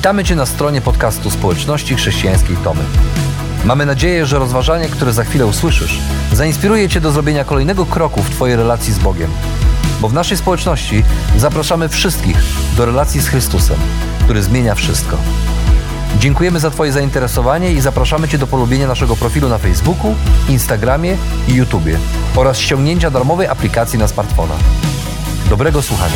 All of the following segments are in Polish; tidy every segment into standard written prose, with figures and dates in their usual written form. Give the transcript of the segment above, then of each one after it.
Witamy Cię na stronie podcastu Społeczności Chrześcijańskiej Tomy. Mamy nadzieję, że rozważanie, które za chwilę usłyszysz, zainspiruje Cię do zrobienia kolejnego kroku w Twojej relacji z Bogiem. Bo w naszej społeczności zapraszamy wszystkich do relacji z Chrystusem, który zmienia wszystko. Dziękujemy za Twoje zainteresowanie i zapraszamy Cię do polubienia naszego profilu na Facebooku, Instagramie i YouTubie oraz ściągnięcia darmowej aplikacji na smartfona. Dobrego słuchania.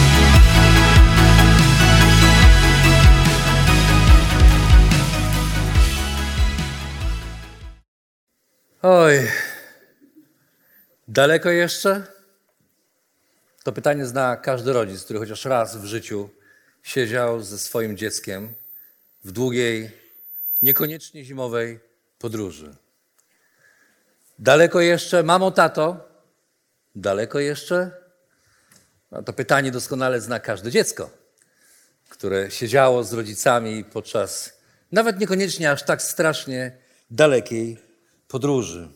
Oj, daleko jeszcze? To pytanie zna każdy rodzic, który chociaż raz w życiu siedział ze swoim dzieckiem w długiej, niekoniecznie zimowej podróży. Daleko jeszcze? Mamo, tato? Daleko jeszcze? No to pytanie doskonale zna każde dziecko, które siedziało z rodzicami podczas nawet niekoniecznie aż tak strasznie dalekiej podróży.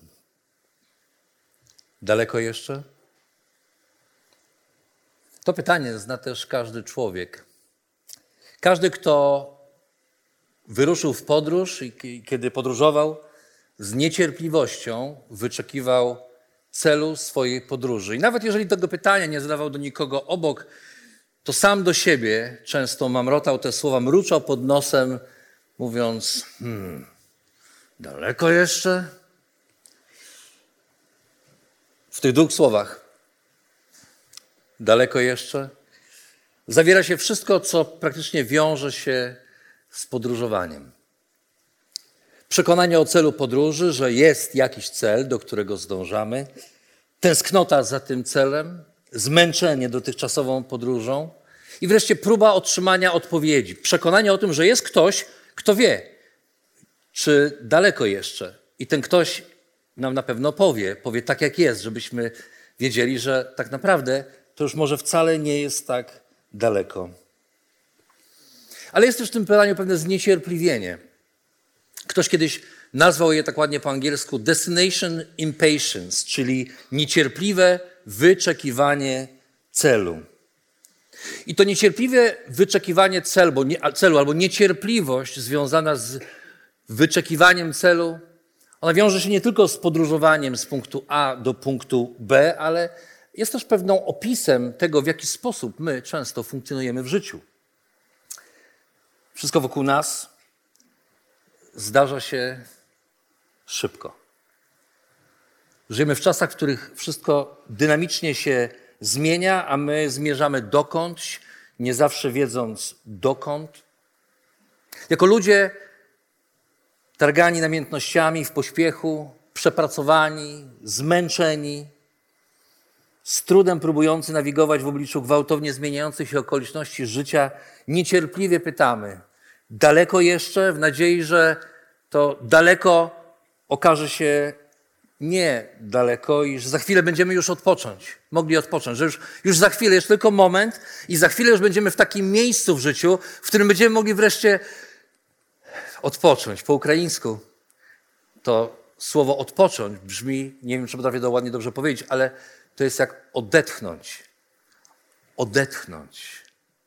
Daleko jeszcze? To pytanie zna też każdy człowiek. Każdy, kto wyruszył w podróż i kiedy podróżował, z niecierpliwością wyczekiwał celu swojej podróży. I nawet jeżeli tego pytania nie zadawał do nikogo obok, to sam do siebie często mamrotał te słowa, mruczał pod nosem, mówiąc: daleko jeszcze? W tych dwóch słowach, daleko jeszcze, zawiera się wszystko, co praktycznie wiąże się z podróżowaniem. Przekonanie o celu podróży, że jest jakiś cel, do którego zdążamy, tęsknota za tym celem, zmęczenie dotychczasową podróżą i wreszcie próba otrzymania odpowiedzi. Przekonanie o tym, że jest ktoś, kto wie, czy daleko jeszcze. I ten ktoś nam na pewno powie tak jak jest, żebyśmy wiedzieli, że tak naprawdę to już może wcale nie jest tak daleko. Ale jest też w tym pytaniu pewne zniecierpliwienie. Ktoś kiedyś nazwał je tak ładnie po angielsku destination impatience, czyli niecierpliwe wyczekiwanie celu. I to niecierpliwe wyczekiwanie celu albo niecierpliwość związana z wyczekiwaniem celu, ona wiąże się nie tylko z podróżowaniem z punktu A do punktu B, ale jest też pewną opisem tego, w jaki sposób my często funkcjonujemy w życiu. Wszystko wokół nas zdarza się szybko. Żyjemy w czasach, w których wszystko dynamicznie się zmienia, a my zmierzamy dokądś, nie zawsze wiedząc dokąd. Jako ludzie targani namiętnościami, w pośpiechu, przepracowani, zmęczeni, z trudem próbujący nawigować w obliczu gwałtownie zmieniających się okoliczności życia, niecierpliwie pytamy: daleko jeszcze? W nadziei, że to daleko okaże się nie daleko i że za chwilę będziemy już mogli odpocząć, że już za chwilę, jest tylko moment i za chwilę już będziemy w takim miejscu w życiu, w którym będziemy mogli wreszcie odpocząć. Po ukraińsku to słowo odpocząć brzmi, nie wiem, czy potrafię to ładnie dobrze powiedzieć, ale to jest jak odetchnąć. Odetchnąć.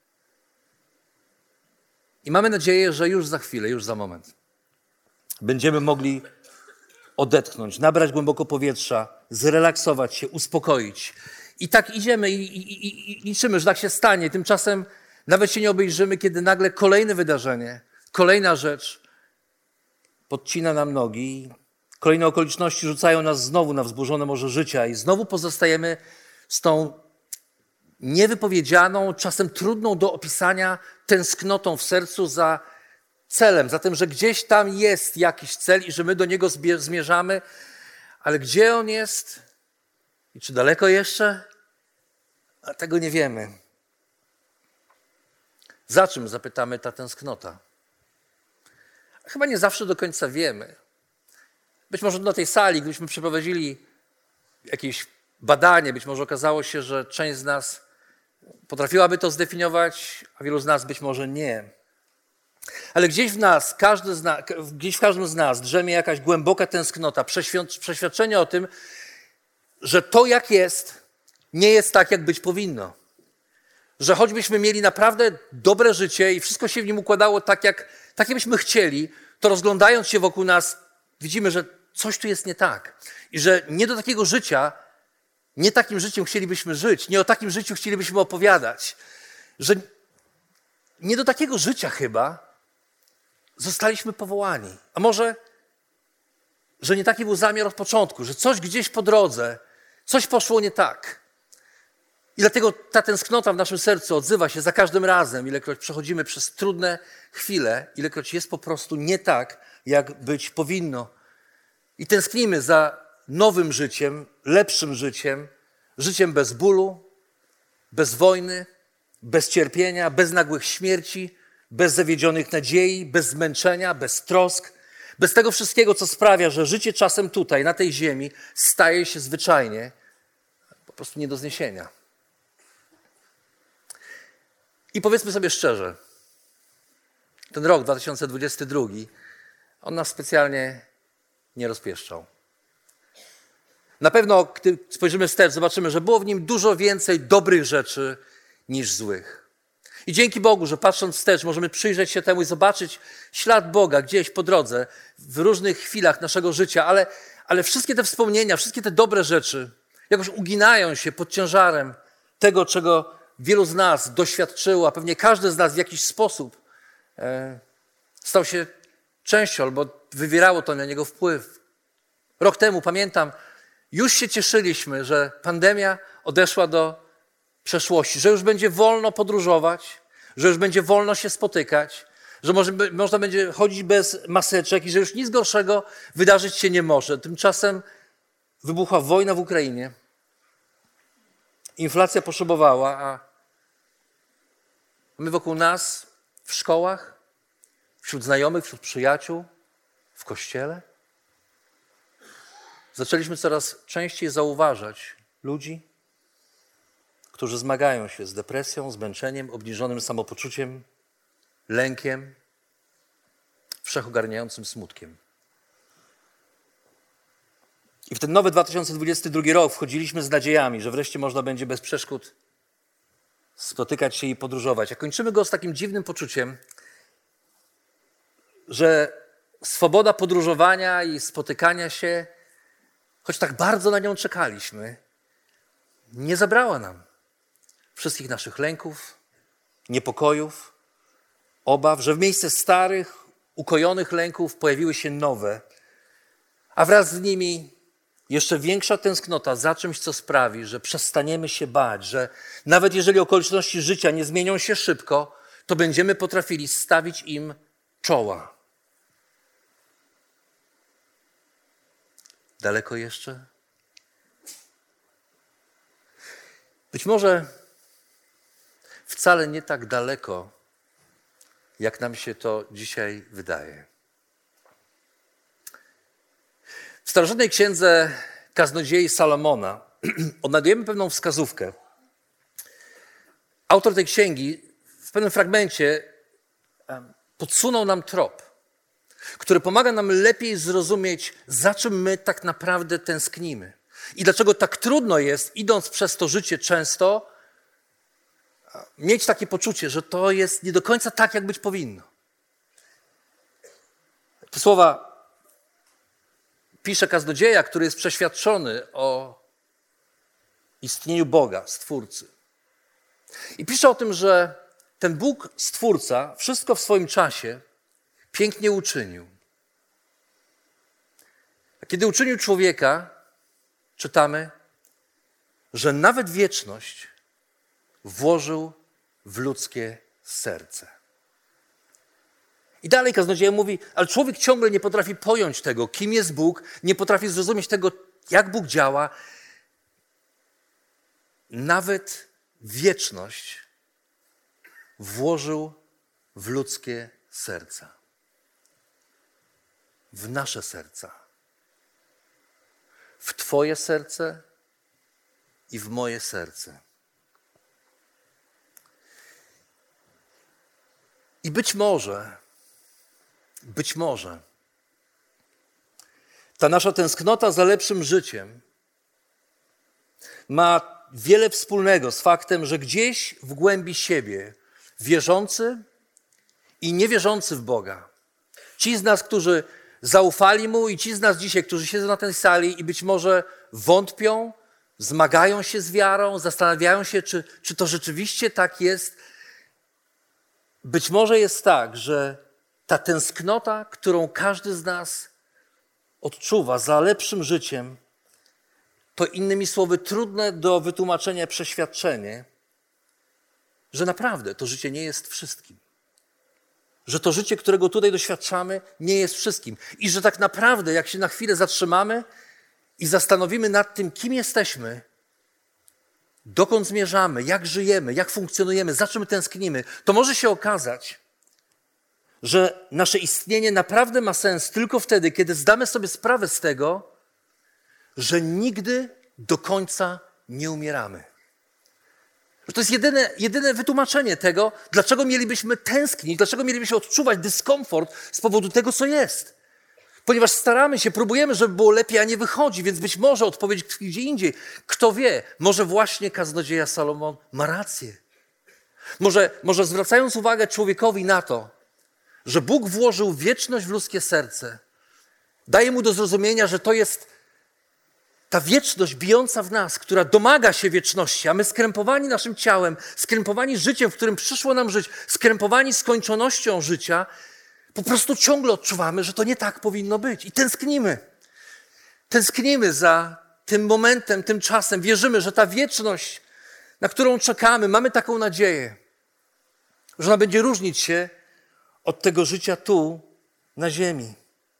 I mamy nadzieję, że już za chwilę, już za moment będziemy mogli odetchnąć, nabrać głęboko powietrza, zrelaksować się, uspokoić. I tak idziemy i liczymy, że tak się stanie. Tymczasem nawet się nie obejrzymy, kiedy nagle kolejne wydarzenie, kolejna rzecz podcina nam nogi. Kolejne okoliczności rzucają nas znowu na wzburzone morze życia i znowu pozostajemy z tą niewypowiedzianą, czasem trudną do opisania tęsknotą w sercu za celem, za tym, że gdzieś tam jest jakiś cel i że my do niego zmierzamy, ale gdzie on jest i czy daleko jeszcze? A tego nie wiemy. Za czym, zapytamy, ta tęsknota? Chyba nie zawsze do końca wiemy. Być może na tej sali, gdybyśmy przeprowadzili jakieś badanie, być może okazało się, że część z nas potrafiłaby to zdefiniować, a wielu z nas być może nie. Ale gdzieś w nas, gdzieś w każdym z nas drzemie jakaś głęboka tęsknota, przeświadczenie o tym, że to jak jest, nie jest tak, jak być powinno. że choćbyśmy mieli naprawdę dobre życie i wszystko się w nim układało tak, jak byśmy chcieli, to rozglądając się wokół nas, widzimy, że coś tu jest nie tak. I że nie do takiego życia, nie takim życiem chcielibyśmy żyć, nie o takim życiu chcielibyśmy opowiadać. Że nie do takiego życia chyba zostaliśmy powołani. A może, że nie taki był zamiar od początku, że coś gdzieś po drodze, coś poszło nie tak. I dlatego ta tęsknota w naszym sercu odzywa się za każdym razem, ilekroć przechodzimy przez trudne chwile, ilekroć jest po prostu nie tak, jak być powinno. I tęsknimy za nowym życiem, lepszym życiem, życiem bez bólu, bez wojny, bez cierpienia, bez nagłych śmierci, bez zawiedzionych nadziei, bez zmęczenia, bez trosk, bez tego wszystkiego, co sprawia, że życie czasem tutaj, na tej ziemi, staje się zwyczajnie po prostu nie do zniesienia. I powiedzmy sobie szczerze, ten rok 2022, on nas specjalnie nie rozpieszczał. Na pewno, gdy spojrzymy wstecz, zobaczymy, że było w nim dużo więcej dobrych rzeczy niż złych. I dzięki Bogu, że patrząc wstecz, możemy przyjrzeć się temu i zobaczyć ślad Boga gdzieś po drodze, w różnych chwilach naszego życia, ale wszystkie te wspomnienia, wszystkie te dobre rzeczy jakoś uginają się pod ciężarem tego, czego wielu z nas doświadczyło, a pewnie każdy z nas w jakiś sposób stał się częścią albo wywierało to na niego wpływ. Rok temu, pamiętam, już się cieszyliśmy, że pandemia odeszła do przeszłości, że już będzie wolno podróżować, że już będzie wolno się spotykać, że można będzie chodzić bez maseczek i że już nic gorszego wydarzyć się nie może. Tymczasem wybuchła wojna w Ukrainie, inflacja poszybowała, a my wokół nas, w szkołach, wśród znajomych, wśród przyjaciół, w kościele, zaczęliśmy coraz częściej zauważać ludzi, którzy zmagają się z depresją, zmęczeniem, obniżonym samopoczuciem, lękiem, wszechogarniającym smutkiem. I w ten nowy 2022 rok wchodziliśmy z nadziejami, że wreszcie można będzie bez przeszkód spotykać się i podróżować. A kończymy go z takim dziwnym poczuciem, że swoboda podróżowania i spotykania się, choć tak bardzo na nią czekaliśmy, nie zabrała nam wszystkich naszych lęków, niepokojów, obaw, że w miejsce starych, ukojonych lęków pojawiły się nowe, a wraz z nimi jeszcze większa tęsknota za czymś, co sprawi, że przestaniemy się bać, że nawet jeżeli okoliczności życia nie zmienią się szybko, to będziemy potrafili stawić im czoła. Daleko jeszcze? Być może wcale nie tak daleko, jak nam się to dzisiaj wydaje. W starożytnej księdze Kaznodziei Salomona odnajdujemy pewną wskazówkę. Autor tej księgi w pewnym fragmencie podsunął nam trop, który pomaga nam lepiej zrozumieć, za czym my tak naprawdę tęsknimy. I dlaczego tak trudno jest, idąc przez to życie często, mieć takie poczucie, że to jest nie do końca tak, jak być powinno. Te słowa pisze kaznodzieja, który jest przeświadczony o istnieniu Boga, Stwórcy. I pisze o tym, że ten Bóg, Stwórca, wszystko w swoim czasie pięknie uczynił. A kiedy uczynił człowieka, czytamy, że nawet wieczność włożył w ludzkie serce. I dalej kaznodzieja mówi, ale człowiek ciągle nie potrafi pojąć tego, kim jest Bóg, nie potrafi zrozumieć tego, jak Bóg działa. Nawet wieczność włożył w ludzkie serca. W nasze serca. W Twoje serce i w moje serce. I być może ta nasza tęsknota za lepszym życiem ma wiele wspólnego z faktem, że gdzieś w głębi siebie wierzący i niewierzący w Boga, ci z nas, którzy zaufali Mu i ci z nas dzisiaj, którzy siedzą na tej sali i być może wątpią, zmagają się z wiarą, zastanawiają się, czy to rzeczywiście tak jest. Być może jest tak, że ta tęsknota, którą każdy z nas odczuwa za lepszym życiem, to innymi słowy trudne do wytłumaczenia przeświadczenie, że naprawdę to życie nie jest wszystkim. Że to życie, którego tutaj doświadczamy, nie jest wszystkim. I że tak naprawdę, jak się na chwilę zatrzymamy i zastanowimy nad tym, kim jesteśmy, dokąd zmierzamy, jak żyjemy, jak funkcjonujemy, za czym tęsknimy, to może się okazać, że nasze istnienie naprawdę ma sens tylko wtedy, kiedy zdamy sobie sprawę z tego, że nigdy do końca nie umieramy. Że to jest jedyne wytłumaczenie tego, dlaczego mielibyśmy tęsknić, dlaczego mielibyśmy odczuwać dyskomfort z powodu tego, co jest. Ponieważ staramy się, próbujemy, żeby było lepiej, a nie wychodzi, więc być może odpowiedź tkwi gdzie indziej. Kto wie, może właśnie kaznodzieja Salomon ma rację. Może zwracając uwagę człowiekowi na to, że Bóg włożył wieczność w ludzkie serce, daje mu do zrozumienia, że to jest ta wieczność bijąca w nas, która domaga się wieczności, a my skrępowani naszym ciałem, skrępowani życiem, w którym przyszło nam żyć, skrępowani skończonością życia, po prostu ciągle odczuwamy, że to nie tak powinno być i tęsknimy. Tęsknimy za tym momentem, tym czasem. Wierzymy, że ta wieczność, na którą czekamy, mamy taką nadzieję, że ona będzie różnić się od tego życia tu, na ziemi.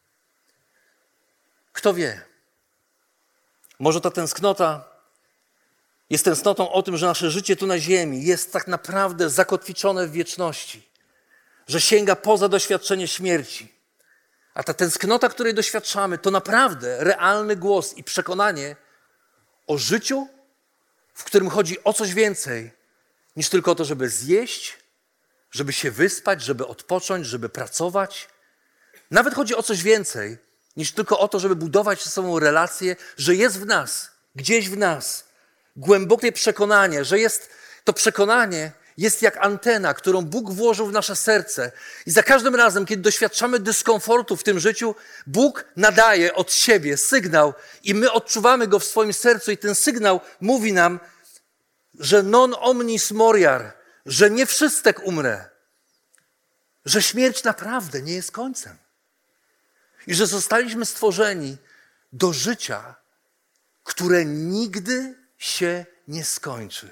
Kto wie? Może ta tęsknota jest tęsknotą o tym, że nasze życie tu na ziemi jest tak naprawdę zakotwiczone w wieczności, że sięga poza doświadczenie śmierci. A ta tęsknota, której doświadczamy, to naprawdę realny głos i przekonanie o życiu, w którym chodzi o coś więcej niż tylko o to, żeby zjeść, żeby się wyspać, żeby odpocząć, żeby pracować. Nawet chodzi o coś więcej niż tylko o to, żeby budować ze sobą relacje, że jest w nas, gdzieś w nas głębokie przekonanie, że jest to przekonanie jest jak antena, którą Bóg włożył w nasze serce. I za każdym razem, kiedy doświadczamy dyskomfortu w tym życiu, Bóg nadaje od siebie sygnał i my odczuwamy go w swoim sercu i ten sygnał mówi nam, że non omnis moriar, że nie wszystek umrę, że śmierć naprawdę nie jest końcem i że zostaliśmy stworzeni do życia, które nigdy się nie skończy.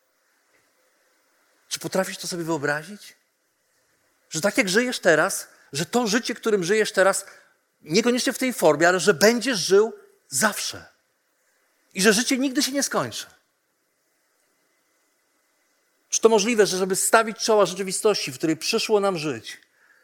Czy potrafisz to sobie wyobrazić? Że tak jak żyjesz teraz, że to życie, którym żyjesz teraz, niekoniecznie w tej formie, ale że będziesz żył zawsze. I że życie nigdy się nie skończy. Czy to możliwe, że żeby stawić czoła rzeczywistości, w której przyszło nam żyć,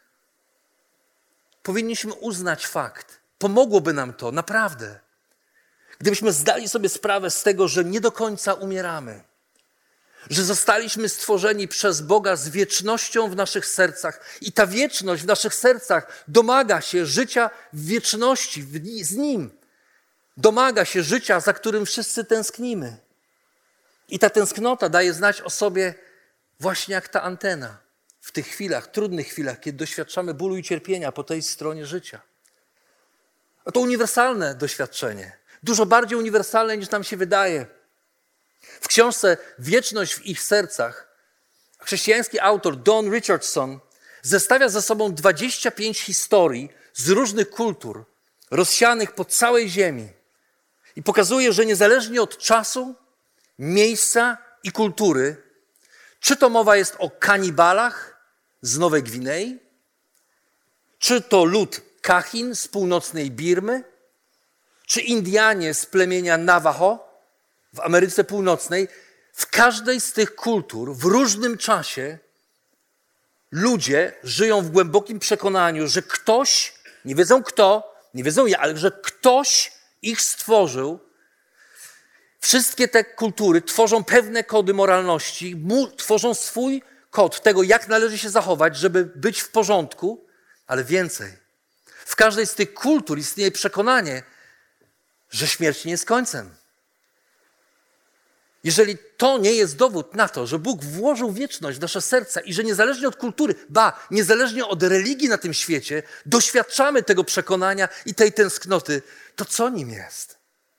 powinniśmy uznać fakt, pomogłoby nam to naprawdę, gdybyśmy zdali sobie sprawę z tego, że nie do końca umieramy, że zostaliśmy stworzeni przez Boga z wiecznością w naszych sercach i ta wieczność w naszych sercach domaga się życia w wieczności, z Nim. Domaga się życia, za którym wszyscy tęsknimy. I ta tęsknota daje znać o sobie właśnie jak ta antena w tych chwilach, trudnych chwilach, kiedy doświadczamy bólu i cierpienia po tej stronie życia. A to uniwersalne doświadczenie, dużo bardziej uniwersalne niż nam się wydaje. W książce Wieczność w ich sercach chrześcijański autor Don Richardson zestawia ze sobą 25 historii z różnych kultur rozsianych po całej ziemi i pokazuje, że niezależnie od czasu, miejsca i kultury, czy to mowa jest o kanibalach z Nowej Gwinei, czy to lud Kachin z północnej Birmy, czy Indianie z plemienia Navajo w Ameryce Północnej, w każdej z tych kultur w różnym czasie ludzie żyją w głębokim przekonaniu, że ktoś, nie wiedzą kto, nie wiedzą jak, ale że ktoś ich stworzył. Wszystkie te kultury tworzą pewne kody moralności, tworzą swój kod tego, jak należy się zachować, żeby być w porządku, ale więcej. W każdej z tych kultur istnieje przekonanie, że śmierć nie jest końcem. Jeżeli to nie jest dowód na to, że Bóg włożył wieczność w nasze serca i że niezależnie od kultury, niezależnie od religii na tym świecie, doświadczamy tego przekonania i tej tęsknoty, to co nim jest?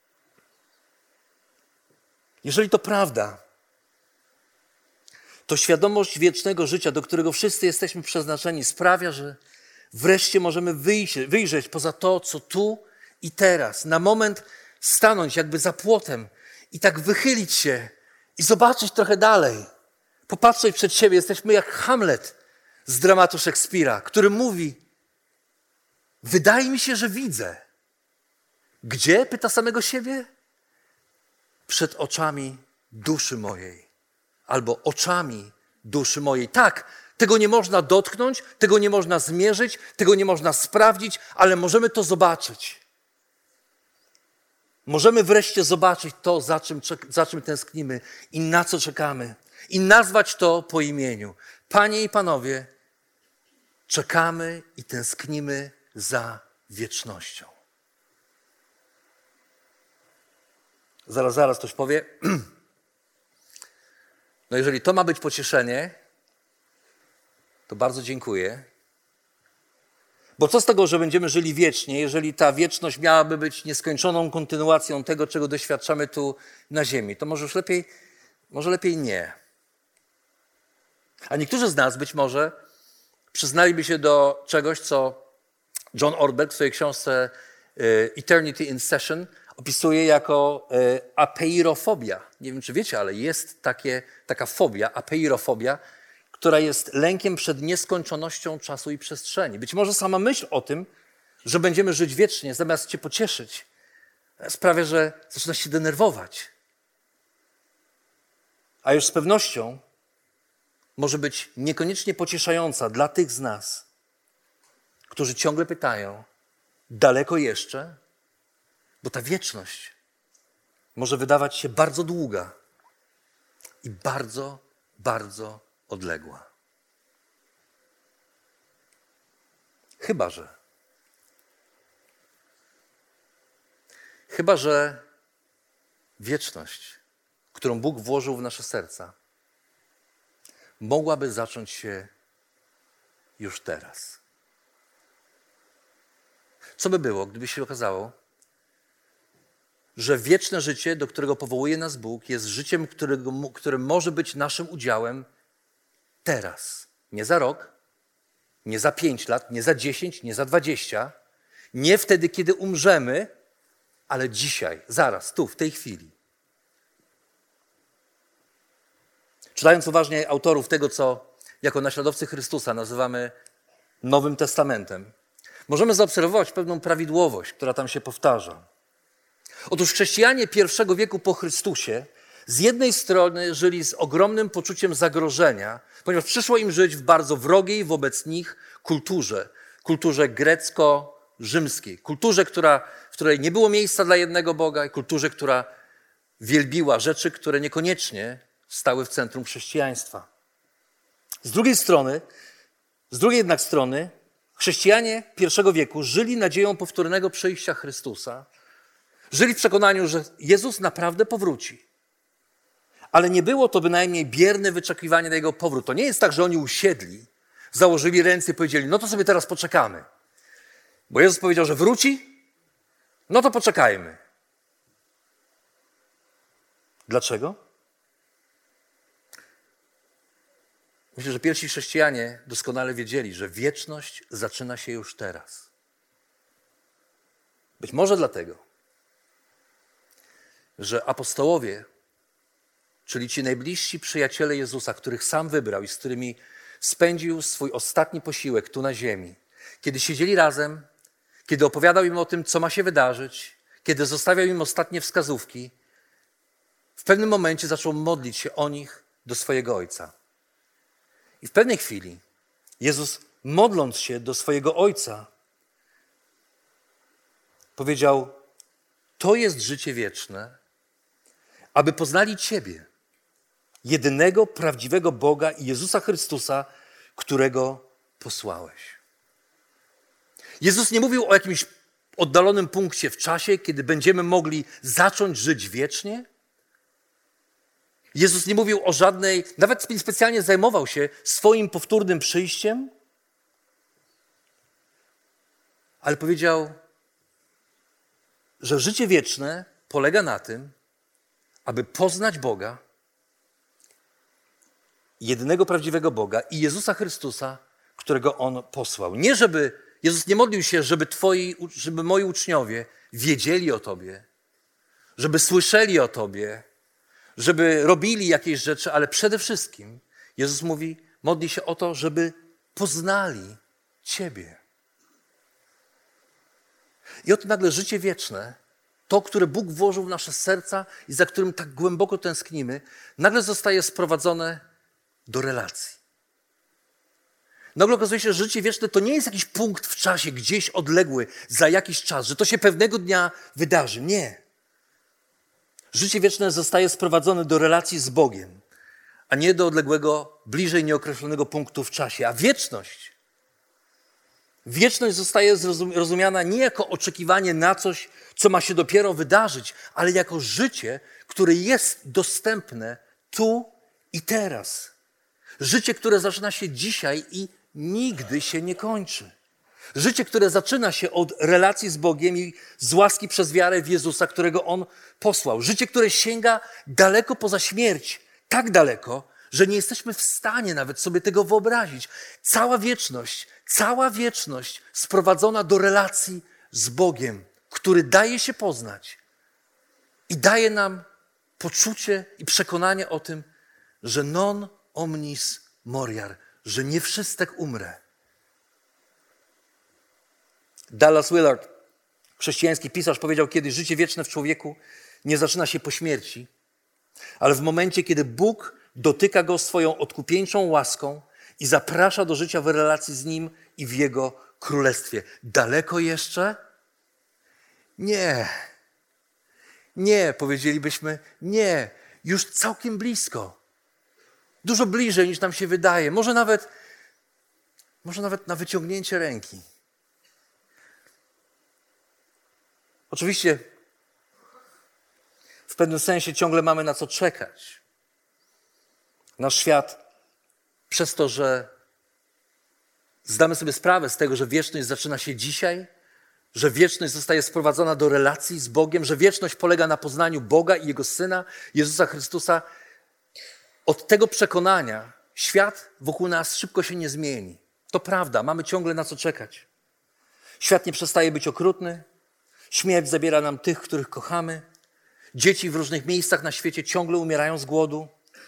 Jeżeli to prawda, to świadomość wiecznego życia, do którego wszyscy jesteśmy przeznaczeni, sprawia, że wreszcie możemy wyjrzeć poza to, co tu i teraz. Na moment stanąć jakby za płotem i tak wychylić się i zobaczyć trochę dalej. Popatrzeć przed siebie. Jesteśmy jak Hamlet z dramatu Szekspira, który mówi: wydaje mi się, że widzę. Gdzie? Pyta samego siebie. Przed oczami duszy mojej. Albo oczami duszy mojej. Tak, tego nie można dotknąć, tego nie można zmierzyć, tego nie można sprawdzić, ale możemy to zobaczyć. Możemy wreszcie zobaczyć to, za czym tęsknimy i na co czekamy. I nazwać to po imieniu. Panie i panowie, czekamy i tęsknimy za wiecznością. Zaraz ktoś powie, no jeżeli to ma być pocieszenie, to bardzo dziękuję. Bo co z tego, że będziemy żyli wiecznie, jeżeli ta wieczność miałaby być nieskończoną kontynuacją tego, czego doświadczamy tu na ziemi? To może lepiej nie. A niektórzy z nas być może przyznaliby się do czegoś, co John Ortberg w swojej książce Eternity in Session opisuje jako apeirofobia. Nie wiem, czy wiecie, ale jest taka fobia, apeirofobia, która jest lękiem przed nieskończonością czasu i przestrzeni. Być może sama myśl o tym, że będziemy żyć wiecznie, zamiast cię pocieszyć, sprawia, że zaczynasz się denerwować. A już z pewnością może być niekoniecznie pocieszająca dla tych z nas, którzy ciągle pytają, daleko jeszcze? Bo ta wieczność może wydawać się bardzo długa i bardzo, bardzo odległa. Chyba, że wieczność, którą Bóg włożył w nasze serca, mogłaby zacząć się już teraz. Co by było, gdyby się okazało, że wieczne życie, do którego powołuje nas Bóg, jest życiem, które może być naszym udziałem teraz. Nie za rok, nie za 5 lat, nie za 10, nie za 20, nie wtedy, kiedy umrzemy, ale dzisiaj, zaraz, tu, w tej chwili. Czytając uważnie autorów tego, co jako naśladowcy Chrystusa nazywamy Nowym Testamentem, możemy zaobserwować pewną prawidłowość, która tam się powtarza. Otóż chrześcijanie pierwszego wieku po Chrystusie z jednej strony żyli z ogromnym poczuciem zagrożenia, ponieważ przyszło im żyć w bardzo wrogiej wobec nich kulturze grecko-rzymskiej, kulturze, w której nie było miejsca dla jednego Boga i kulturze, która wielbiła rzeczy, które niekoniecznie stały w centrum chrześcijaństwa. Z drugiej jednak strony chrześcijanie pierwszego wieku żyli nadzieją powtórnego przyjścia Chrystusa, żyli w przekonaniu, że Jezus naprawdę powróci. Ale nie było to bynajmniej bierne wyczekiwanie na Jego powrót. To nie jest tak, że oni usiedli, założyli ręce i powiedzieli, no to sobie teraz poczekamy. Bo Jezus powiedział, że wróci, no to poczekajmy. Dlaczego? Myślę, że pierwsi chrześcijanie doskonale wiedzieli, że wieczność zaczyna się już teraz. Być może dlatego, że apostołowie, czyli ci najbliżsi przyjaciele Jezusa, których sam wybrał i z którymi spędził swój ostatni posiłek tu na ziemi, kiedy siedzieli razem, kiedy opowiadał im o tym, co ma się wydarzyć, kiedy zostawiał im ostatnie wskazówki, w pewnym momencie zaczął modlić się o nich do swojego Ojca. I w pewnej chwili Jezus, modląc się do swojego Ojca, powiedział, to jest życie wieczne, aby poznali Ciebie, jedynego, prawdziwego Boga i Jezusa Chrystusa, którego posłałeś. Jezus nie mówił o jakimś oddalonym punkcie w czasie, kiedy będziemy mogli zacząć żyć wiecznie. Jezus nie mówił o żadnej, nawet specjalnie zajmował się swoim powtórnym przyjściem, ale powiedział, że życie wieczne polega na tym, aby poznać Boga, jedynego prawdziwego Boga i Jezusa Chrystusa, którego On posłał. Nie żeby, Jezus nie modlił się, żeby moi uczniowie wiedzieli o Tobie, żeby słyszeli o Tobie, żeby robili jakieś rzeczy, ale przede wszystkim Jezus modli się o to, żeby poznali Ciebie. I oto nagle życie wieczne, to, które Bóg włożył w nasze serca i za którym tak głęboko tęsknimy, nagle zostaje sprowadzone do relacji. Nagle okazuje się, że życie wieczne to nie jest jakiś punkt w czasie, gdzieś odległy, za jakiś czas, że to się pewnego dnia wydarzy. Nie. Życie wieczne zostaje sprowadzone do relacji z Bogiem, a nie do odległego, bliżej nieokreślonego punktu w czasie. A wieczność zostaje rozumiana nie jako oczekiwanie na coś, co ma się dopiero wydarzyć, ale jako życie, które jest dostępne tu i teraz. Życie, które zaczyna się dzisiaj i nigdy się nie kończy. Życie, które zaczyna się od relacji z Bogiem i z łaski przez wiarę w Jezusa, którego On posłał. Życie, które sięga daleko poza śmierć. Tak daleko, że nie jesteśmy w stanie nawet sobie tego wyobrazić. Cała wieczność sprowadzona do relacji z Bogiem, który daje się poznać i daje nam poczucie i przekonanie o tym, że non omnis moriar, że nie wszystek umrę. Dallas Willard, chrześcijański pisarz, powiedział kiedyś, życie wieczne w człowieku nie zaczyna się po śmierci, ale w momencie, kiedy Bóg dotyka go swoją odkupieńczą łaską i zaprasza do życia w relacji z Nim i w Jego królestwie. Daleko jeszcze? Nie. Nie, powiedzielibyśmy, nie. Już całkiem blisko. Dużo bliżej niż nam się wydaje. Może nawet na wyciągnięcie ręki. Oczywiście w pewnym sensie ciągle mamy na co czekać. Nasz świat przez to, że zdamy sobie sprawę z tego, że wieczność zaczyna się dzisiaj, że wieczność zostaje sprowadzona do relacji z Bogiem, że wieczność polega na poznaniu Boga i Jego Syna, Jezusa Chrystusa. Od tego przekonania świat wokół nas szybko się nie zmieni. To prawda, mamy ciągle na co czekać. Świat nie przestaje być okrutny, śmierć zabiera nam tych, których kochamy, dzieci w różnych miejscach na świecie ciągle umierają z głodu,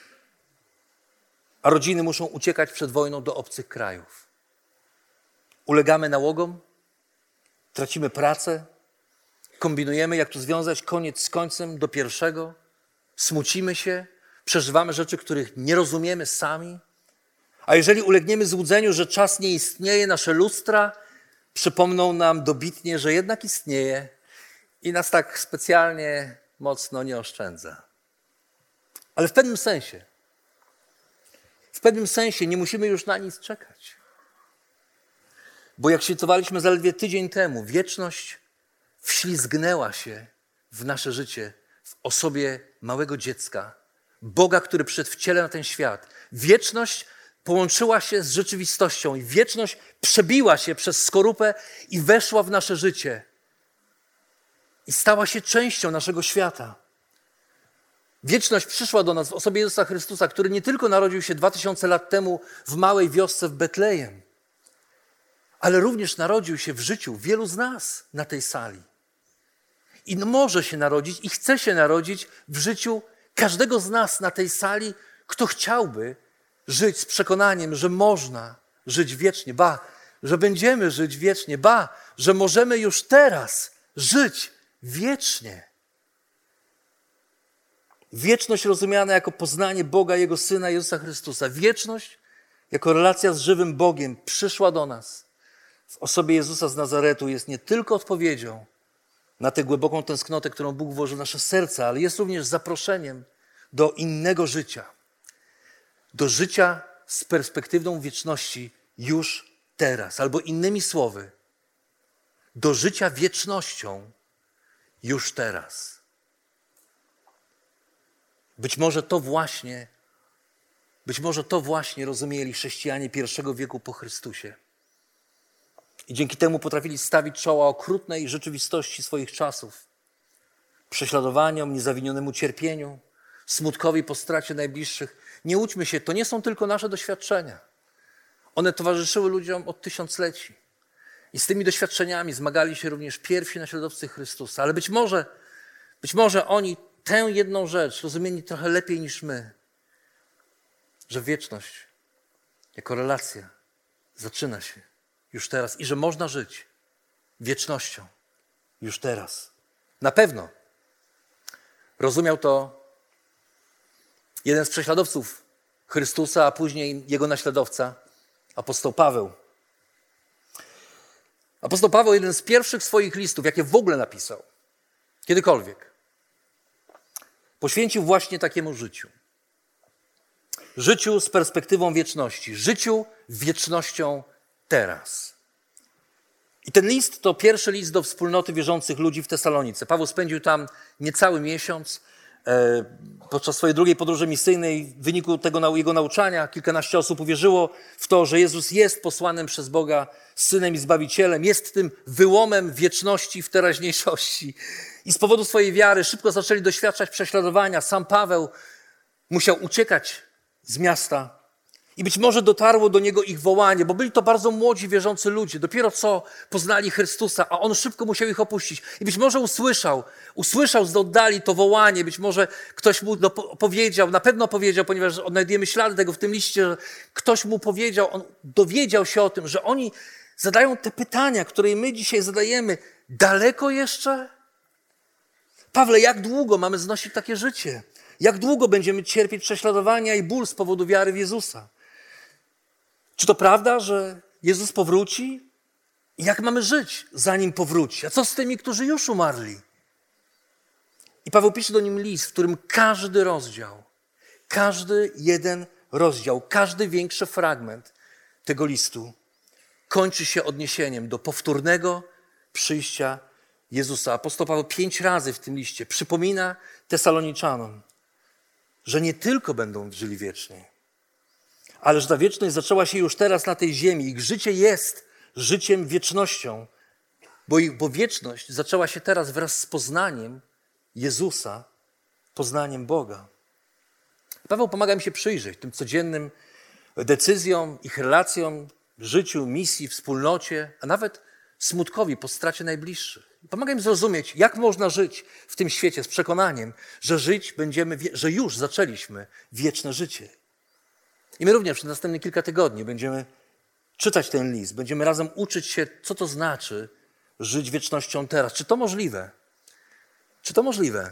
a rodziny muszą uciekać przed wojną do obcych krajów. Ulegamy nałogom, tracimy pracę, kombinujemy, jak tu związać koniec z końcem do pierwszego, smucimy się, przeżywamy rzeczy, których nie rozumiemy sami, a jeżeli ulegniemy złudzeniu, że czas nie istnieje, nasze lustra przypomną nam dobitnie, że jednak istnieje i nas tak specjalnie mocno nie oszczędza. Ale w pewnym sensie nie musimy już na nic czekać. Bo jak świętowaliśmy zaledwie tydzień temu, wieczność wślizgnęła się w nasze życie w osobie małego dziecka, Boga, który przyszedł w ciele na ten świat. Wieczność połączyła się z rzeczywistością i wieczność przebiła się przez skorupę i weszła w nasze życie. I stała się częścią naszego świata. Wieczność przyszła do nas w osobie Jezusa Chrystusa, który nie tylko narodził się 2000 lat temu w małej wiosce w Betlejem, ale również narodził się w życiu wielu z nas na tej sali. I może się narodzić i chce się narodzić w życiu każdego z nas na tej sali, kto chciałby żyć z przekonaniem, że można żyć wiecznie, że będziemy żyć wiecznie, że możemy już teraz żyć wiecznie. Wieczność rozumiana jako poznanie Boga, Jego Syna, Jezusa Chrystusa. Wieczność jako relacja z żywym Bogiem przyszła do nas. W osobie Jezusa z Nazaretu jest nie tylko odpowiedzią na tę głęboką tęsknotę, którą Bóg włożył w nasze serca, ale jest również zaproszeniem do innego życia. Do życia z perspektywą wieczności już teraz. Albo innymi słowy, do życia wiecznością już teraz. Być może to właśnie rozumieli chrześcijanie pierwszego wieku po Chrystusie. I dzięki temu potrafili stawić czoła okrutnej rzeczywistości swoich czasów. Prześladowaniom, niezawinionemu cierpieniu, smutkowi po stracie najbliższych. Nie łudźmy się, to nie są tylko nasze doświadczenia. One towarzyszyły ludziom od tysiącleci. I z tymi doświadczeniami zmagali się również pierwsi naśladowcy Chrystusa. Ale być może oni tę jedną rzecz rozumieli trochę lepiej niż my. Że wieczność jako relacja zaczyna się już teraz i że można żyć wiecznością już teraz. Na pewno rozumiał to jeden z prześladowców Chrystusa, a później jego naśladowca, apostoł Paweł. Apostoł Paweł, jeden z pierwszych swoich listów, jakie w ogóle napisał, kiedykolwiek, poświęcił właśnie takiemu życiu. Życiu z perspektywą wieczności, życiu wiecznością teraz. I ten list to pierwszy list do wspólnoty wierzących ludzi w Tesalonice. Paweł spędził tam niecały miesiąc. Podczas swojej drugiej podróży misyjnej, w wyniku tego jego nauczania, kilkanaście osób uwierzyło w to, że Jezus jest posłanym przez Boga Synem i Zbawicielem, jest tym wyłomem wieczności w teraźniejszości. I z powodu swojej wiary szybko zaczęli doświadczać prześladowania. Sam Paweł musiał uciekać z miasta. I być może dotarło do niego ich wołanie, bo byli to bardzo młodzi, wierzący ludzie. Dopiero co poznali Chrystusa, a on szybko musiał ich opuścić. I być może usłyszał z oddali to wołanie. Być może ktoś mu powiedział, na pewno powiedział, ponieważ odnajdujemy ślady tego w tym liście, że ktoś mu powiedział, on dowiedział się o tym, że oni zadają te pytania, które my dzisiaj zadajemy. Daleko jeszcze? Pawle, jak długo mamy znosić takie życie? Jak długo będziemy cierpieć prześladowania i ból z powodu wiary w Jezusa? Czy to prawda, że Jezus powróci? I jak mamy żyć, zanim powróci? A co z tymi, którzy już umarli? I Paweł pisze do nim list, w którym każdy rozdział, każdy jeden rozdział, każdy większy fragment tego listu kończy się odniesieniem do powtórnego przyjścia Jezusa. Apostoł Paweł 5 razy w tym liście przypomina Tesaloniczanom, że nie tylko będą żyli wiecznie, ale że ta wieczność zaczęła się już teraz na tej ziemi. Ich życie jest życiem wiecznością, bo wieczność zaczęła się teraz wraz z poznaniem Jezusa, poznaniem Boga. Paweł pomaga mi się przyjrzeć tym codziennym decyzjom, ich relacjom, życiu, misji, wspólnocie, a nawet smutkowi po stracie najbliższych. Pomaga im zrozumieć, jak można żyć w tym świecie z przekonaniem, że że już zaczęliśmy wieczne życie. I my również przez następne kilka tygodni będziemy czytać ten list, będziemy razem uczyć się, co to znaczy żyć wiecznością teraz. Czy to możliwe? Czy to możliwe?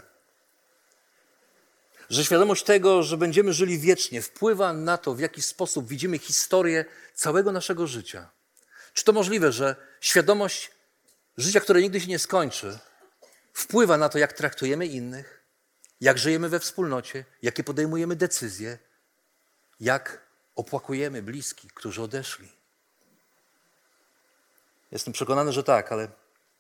Że świadomość tego, że będziemy żyli wiecznie, wpływa na to, w jaki sposób widzimy historię całego naszego życia. Czy to możliwe, że świadomość życia, które nigdy się nie skończy, wpływa na to, jak traktujemy innych, jak żyjemy we wspólnocie, jakie podejmujemy decyzje, jak opłakujemy bliskich, którzy odeszli? Jestem przekonany, że tak, ale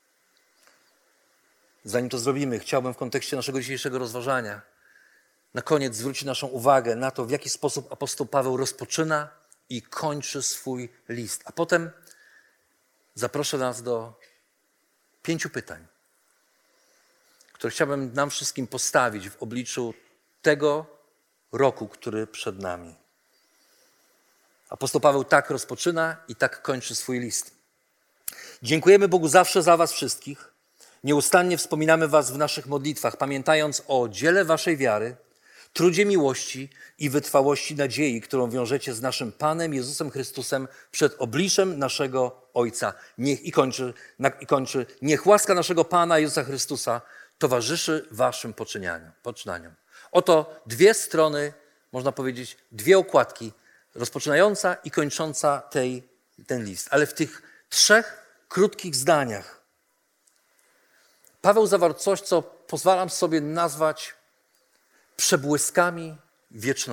zanim to zrobimy, chciałbym w kontekście naszego dzisiejszego rozważania na koniec zwrócić naszą uwagę na to, w jaki sposób apostoł Paweł rozpoczyna i kończy swój list. A potem zaproszę nas do 5 pytań, które chciałbym nam wszystkim postawić w obliczu tego roku, który przed nami. Apostoł Paweł tak rozpoczyna i tak kończy swój list. Dziękujemy Bogu zawsze za was wszystkich. Nieustannie wspominamy was w naszych modlitwach, pamiętając o dziele waszej wiary, trudzie miłości i wytrwałości nadziei, którą wiążecie z naszym Panem Jezusem Chrystusem przed obliczem naszego Ojca. Niech łaska naszego Pana Jezusa Chrystusa towarzyszy waszym poczynaniom. Oto 2 strony, można powiedzieć, 2 okładki, rozpoczynająca i kończąca ten list. Ale w tych 3 krótkich zdaniach Paweł zawarł coś, co pozwalam sobie nazwać przebłyskami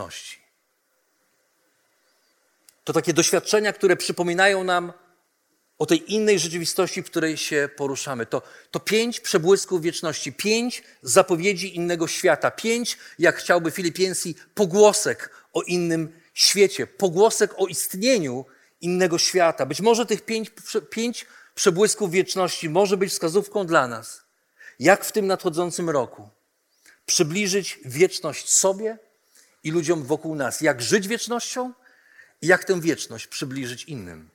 wieczności. To takie doświadczenia, które przypominają nam o tej innej rzeczywistości, w której się poruszamy. To 5 przebłysków wieczności, 5 zapowiedzi innego świata, 5, jak chciałby Philip Yancey, pogłosek o innym świecie, pogłosek o istnieniu innego świata. Być może tych 5 przebłysków wieczności może być wskazówką dla nas, jak w tym nadchodzącym roku przybliżyć wieczność sobie i ludziom wokół nas. Jak żyć wiecznością i jak tę wieczność przybliżyć innym.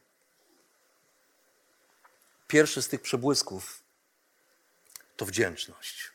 Pierwszy z tych przebłysków to wdzięczność.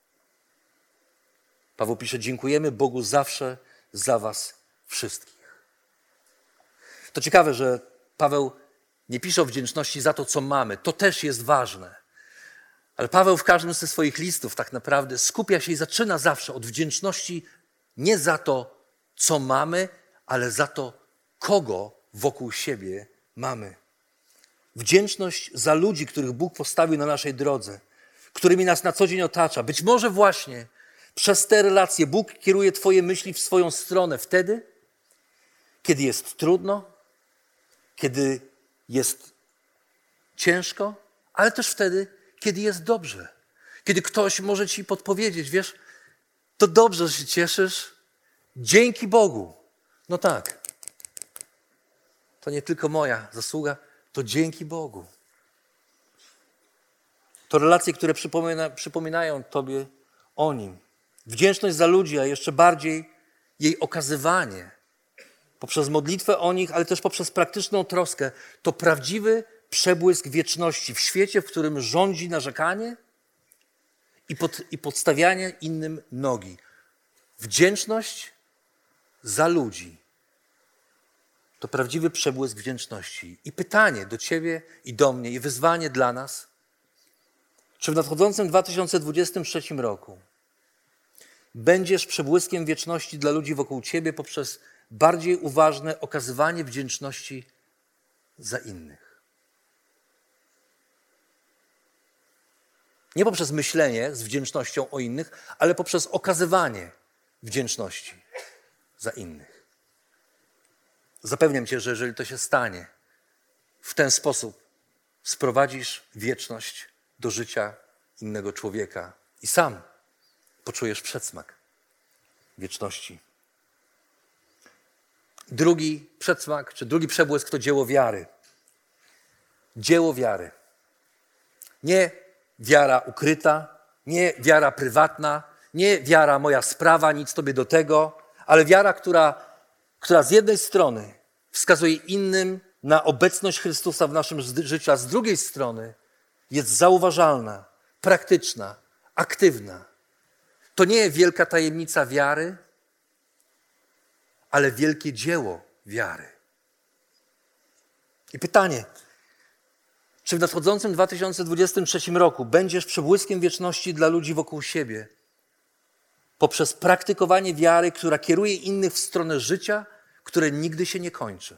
Paweł pisze, dziękujemy Bogu zawsze za was wszystkich. To ciekawe, że Paweł nie pisze o wdzięczności za to, co mamy. To też jest ważne. Ale Paweł w każdym ze swoich listów tak naprawdę skupia się i zaczyna zawsze od wdzięczności nie za to, co mamy, ale za to, kogo wokół siebie mamy. Wdzięczność za ludzi, których Bóg postawił na naszej drodze, którymi nas na co dzień otacza. Być może właśnie przez te relacje Bóg kieruje twoje myśli w swoją stronę wtedy, kiedy jest trudno, kiedy jest ciężko, ale też wtedy, kiedy jest dobrze. Kiedy ktoś może ci podpowiedzieć, wiesz, to dobrze, że się cieszysz, dzięki Bogu. No tak, to nie tylko moja zasługa, to dzięki Bogu. To relacje, które przypominają tobie o Nim. Wdzięczność za ludzi, a jeszcze bardziej jej okazywanie poprzez modlitwę o nich, ale też poprzez praktyczną troskę, to prawdziwy przebłysk wieczności w świecie, w którym rządzi narzekanie i podstawianie innym nogi. Wdzięczność za ludzi to prawdziwy przebłysk wdzięczności. I pytanie do ciebie i do mnie, i wyzwanie dla nas, czy w nadchodzącym 2023 roku będziesz przebłyskiem wieczności dla ludzi wokół ciebie poprzez bardziej uważne okazywanie wdzięczności za innych. Nie poprzez myślenie z wdzięcznością o innych, ale poprzez okazywanie wdzięczności za innych. Zapewniam cię, że jeżeli to się stanie, w ten sposób sprowadzisz wieczność do życia innego człowieka i sam poczujesz przedsmak wieczności. Drugi przedsmak, czy drugi przebłysk to dzieło wiary. Dzieło wiary. Nie wiara ukryta, nie wiara prywatna, nie wiara moja sprawa, nic tobie do tego, ale wiara, która z jednej strony wskazuje innym na obecność Chrystusa w naszym życiu, a z drugiej strony jest zauważalna, praktyczna, aktywna. To nie wielka tajemnica wiary, ale wielkie dzieło wiary. I pytanie, czy w nadchodzącym 2023 roku będziesz przebłyskiem wieczności dla ludzi wokół siebie poprzez praktykowanie wiary, która kieruje innych w stronę życia, które nigdy się nie kończy?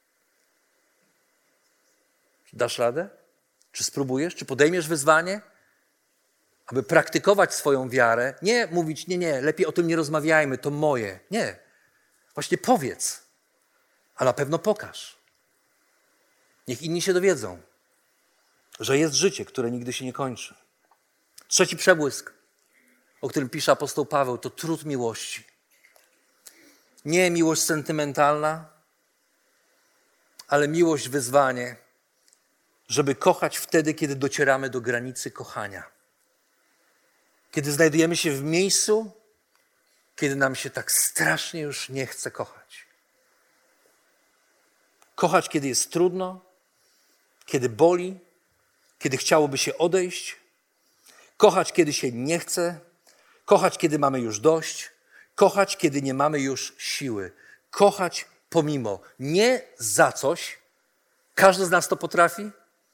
Dasz radę? Czy spróbujesz? Czy podejmiesz wyzwanie, aby praktykować swoją wiarę? Nie mówić, nie, lepiej o tym nie rozmawiajmy, to moje. Nie. Właśnie powiedz, a na pewno pokaż. Niech inni się dowiedzą, że jest życie, które nigdy się nie kończy. Trzeci przebłysk, o którym pisze apostoł Paweł, to trud miłości. Nie miłość sentymentalna, ale miłość wyzwanie, żeby kochać wtedy, kiedy docieramy do granicy kochania. Kiedy znajdujemy się w miejscu, kiedy nam się tak strasznie już nie chce kochać. Kochać, kiedy jest trudno, kiedy boli, kiedy chciałoby się odejść. Kochać, kiedy się nie chce. Kochać, kiedy mamy już dość. Kochać, kiedy nie mamy już siły. Kochać pomimo. Nie za coś. Każdy z nas to potrafi.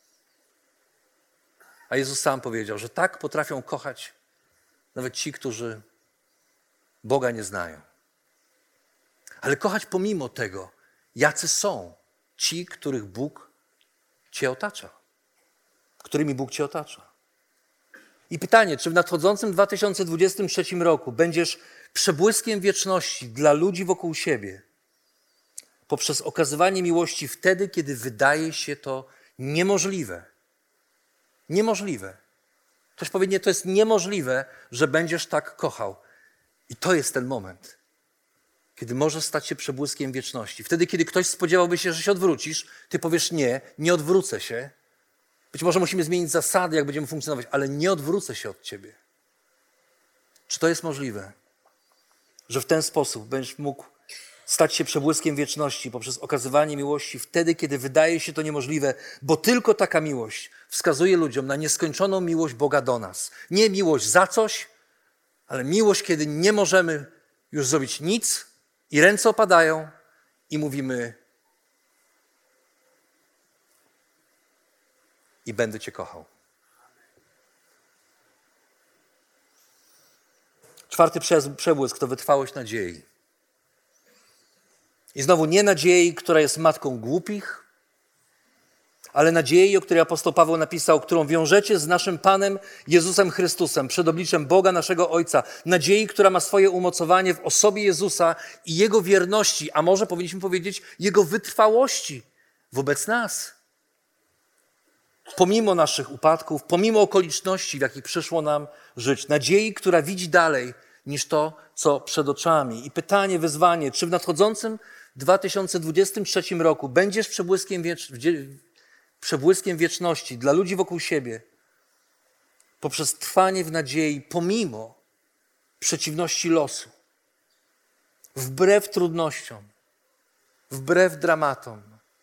A Jezus sam powiedział, że tak potrafią kochać nawet ci, którzy Boga nie znają. Ale kochać pomimo tego, jacy są ci, których Bóg cię otacza. Którymi Bóg cię otacza. I pytanie, czy w nadchodzącym 2023 roku będziesz przebłyskiem wieczności dla ludzi wokół siebie poprzez okazywanie miłości wtedy, kiedy wydaje się to niemożliwe. Niemożliwe. Ktoś powie, nie, to jest niemożliwe, że będziesz tak kochał. I to jest ten moment, kiedy możesz stać się przebłyskiem wieczności. Wtedy, kiedy ktoś spodziewałby się, że się odwrócisz, ty powiesz, nie odwrócę się. Być może musimy zmienić zasady, jak będziemy funkcjonować, ale nie odwrócę się od ciebie. Czy to jest możliwe? Że w ten sposób będziesz mógł stać się przebłyskiem wieczności poprzez okazywanie miłości wtedy, kiedy wydaje się to niemożliwe, bo tylko taka miłość wskazuje ludziom na nieskończoną miłość Boga do nas. Nie miłość za coś, ale miłość, kiedy nie możemy już zrobić nic i ręce opadają i mówimy i będę cię kochał. 4. przebłysk to wytrwałość nadziei. I znowu nie nadziei, która jest matką głupich, ale nadziei, o której apostoł Paweł napisał, którą wiążecie z naszym Panem Jezusem Chrystusem, przed obliczem Boga naszego Ojca. Nadziei, która ma swoje umocowanie w osobie Jezusa i Jego wierności, a może powinniśmy powiedzieć Jego wytrwałości wobec nas. Pomimo naszych upadków, pomimo okoliczności, w jakich przyszło nam żyć. Nadziei, która widzi dalej niż to, co przed oczami. I pytanie, wyzwanie, czy w nadchodzącym 2023 roku będziesz przebłyskiem wieczności dla ludzi wokół siebie poprzez trwanie w nadziei pomimo przeciwności losu, wbrew trudnościom, wbrew dramatom,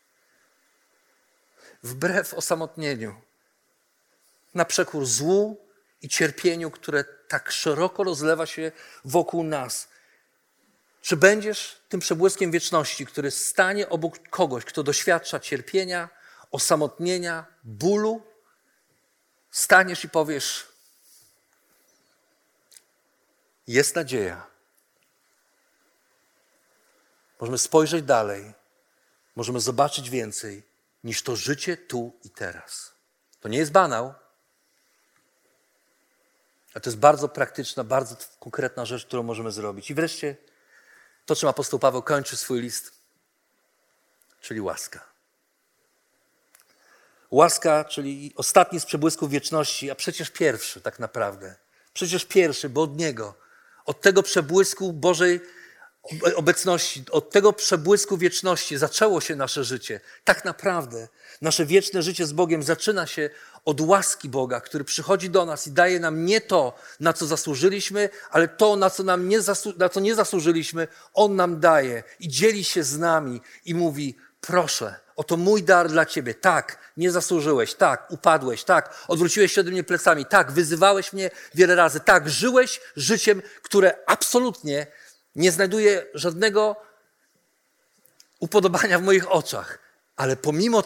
wbrew osamotnieniu, na przekór złu i cierpieniu, które tak szeroko rozlewa się wokół nas. Czy będziesz tym przebłyskiem wieczności, który stanie obok kogoś, kto doświadcza cierpienia, osamotnienia, bólu? Staniesz i powiesz, jest nadzieja. Możemy spojrzeć dalej, możemy zobaczyć więcej niż to życie tu i teraz. To nie jest banał, ale to jest bardzo praktyczna, bardzo konkretna rzecz, którą możemy zrobić. I wreszcie to, czym apostoł Paweł kończy swój list, czyli łaska. Łaska, czyli ostatni z przebłysków wieczności, a przecież pierwszy tak naprawdę. Przecież pierwszy, bo od Niego, od tego przebłysku Bożej obecności, od tego przebłysku wieczności zaczęło się nasze życie. Tak naprawdę nasze wieczne życie z Bogiem zaczyna się od łaski Boga, który przychodzi do nas i daje nam nie to, na co zasłużyliśmy, ale to, na co nie zasłużyliśmy, On nam daje i dzieli się z nami i mówi, proszę, oto mój dar dla ciebie. Tak, nie zasłużyłeś, tak, upadłeś, tak, odwróciłeś się ode mnie plecami, tak, wyzywałeś mnie wiele razy, tak, żyłeś życiem, które absolutnie nie znajduje żadnego upodobania w moich oczach, ale pomimo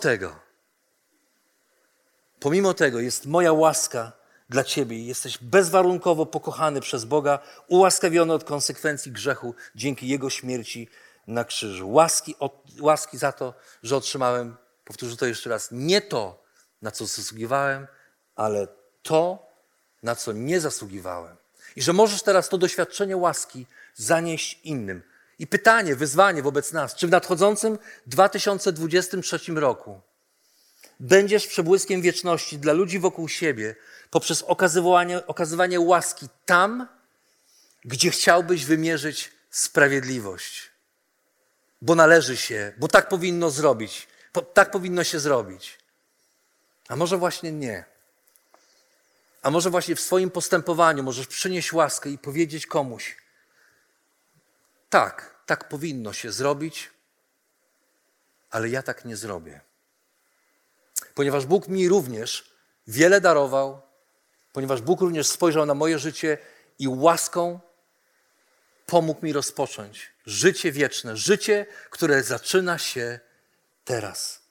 tego jest moja łaska dla ciebie i jesteś bezwarunkowo pokochany przez Boga, ułaskawiony od konsekwencji grzechu dzięki Jego śmierci na krzyżu. Łaski za to, że otrzymałem, powtórzę to jeszcze raz, nie to, na co zasługiwałem, ale to, na co nie zasługiwałem. I że możesz teraz to doświadczenie łaski zanieść innym. I pytanie, wyzwanie wobec nas, czy w nadchodzącym 2023 roku będziesz przebłyskiem wieczności dla ludzi wokół siebie poprzez okazywanie łaski tam, gdzie chciałbyś wymierzyć sprawiedliwość. Bo należy się, bo tak powinno zrobić, tak powinno się zrobić. A może właśnie nie. A może właśnie w swoim postępowaniu możesz przynieść łaskę i powiedzieć komuś, tak powinno się zrobić, ale ja tak nie zrobię. Ponieważ Bóg mi również wiele darował, ponieważ Bóg również spojrzał na moje życie i łaską pomógł mi rozpocząć życie wieczne, życie, które zaczyna się teraz.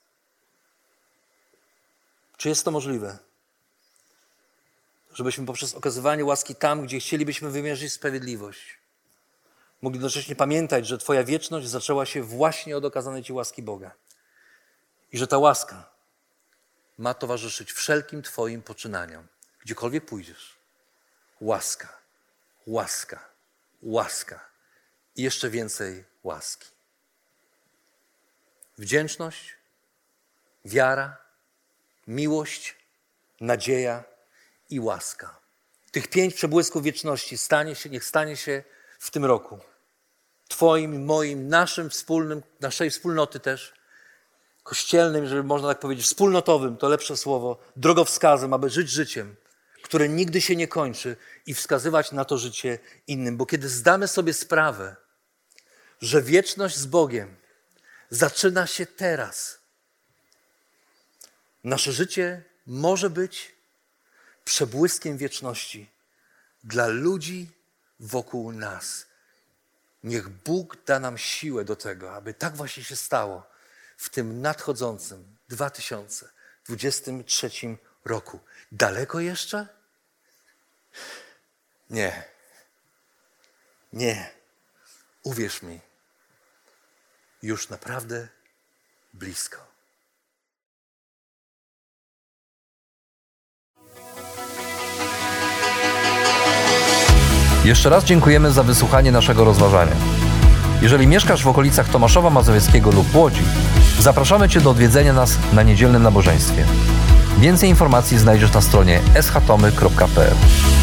Czy jest to możliwe? Żebyśmy poprzez okazywanie łaski tam, gdzie chcielibyśmy wymierzyć sprawiedliwość, mogli jednocześnie pamiętać, że Twoja wieczność zaczęła się właśnie od okazanej Ci łaski Boga. I że ta łaska ma towarzyszyć wszelkim Twoim poczynaniom. Gdziekolwiek pójdziesz. Łaska, łaska, łaska i jeszcze więcej łaski. Wdzięczność, wiara, miłość, nadzieja i łaska. Tych 5 przebłysków wieczności niech stanie się w tym roku Twoim, moim, naszym wspólnym, naszej wspólnoty też, kościelnym, żeby można tak powiedzieć, wspólnotowym, to lepsze słowo, drogowskazem, aby żyć życiem, które nigdy się nie kończy i wskazywać na to życie innym. Bo kiedy zdamy sobie sprawę, że wieczność z Bogiem zaczyna się teraz, nasze życie może być przebłyskiem wieczności dla ludzi wokół nas. Niech Bóg da nam siłę do tego, aby tak właśnie się stało w tym nadchodzącym 2023 roku. Daleko jeszcze? Nie. Nie. Uwierz mi, już naprawdę blisko. Jeszcze raz dziękujemy za wysłuchanie naszego rozważania. Jeżeli mieszkasz w okolicach Tomaszowa Mazowieckiego lub Łodzi, zapraszamy Cię do odwiedzenia nas na niedzielnym nabożeństwie. Więcej informacji znajdziesz na stronie schtomy.pl.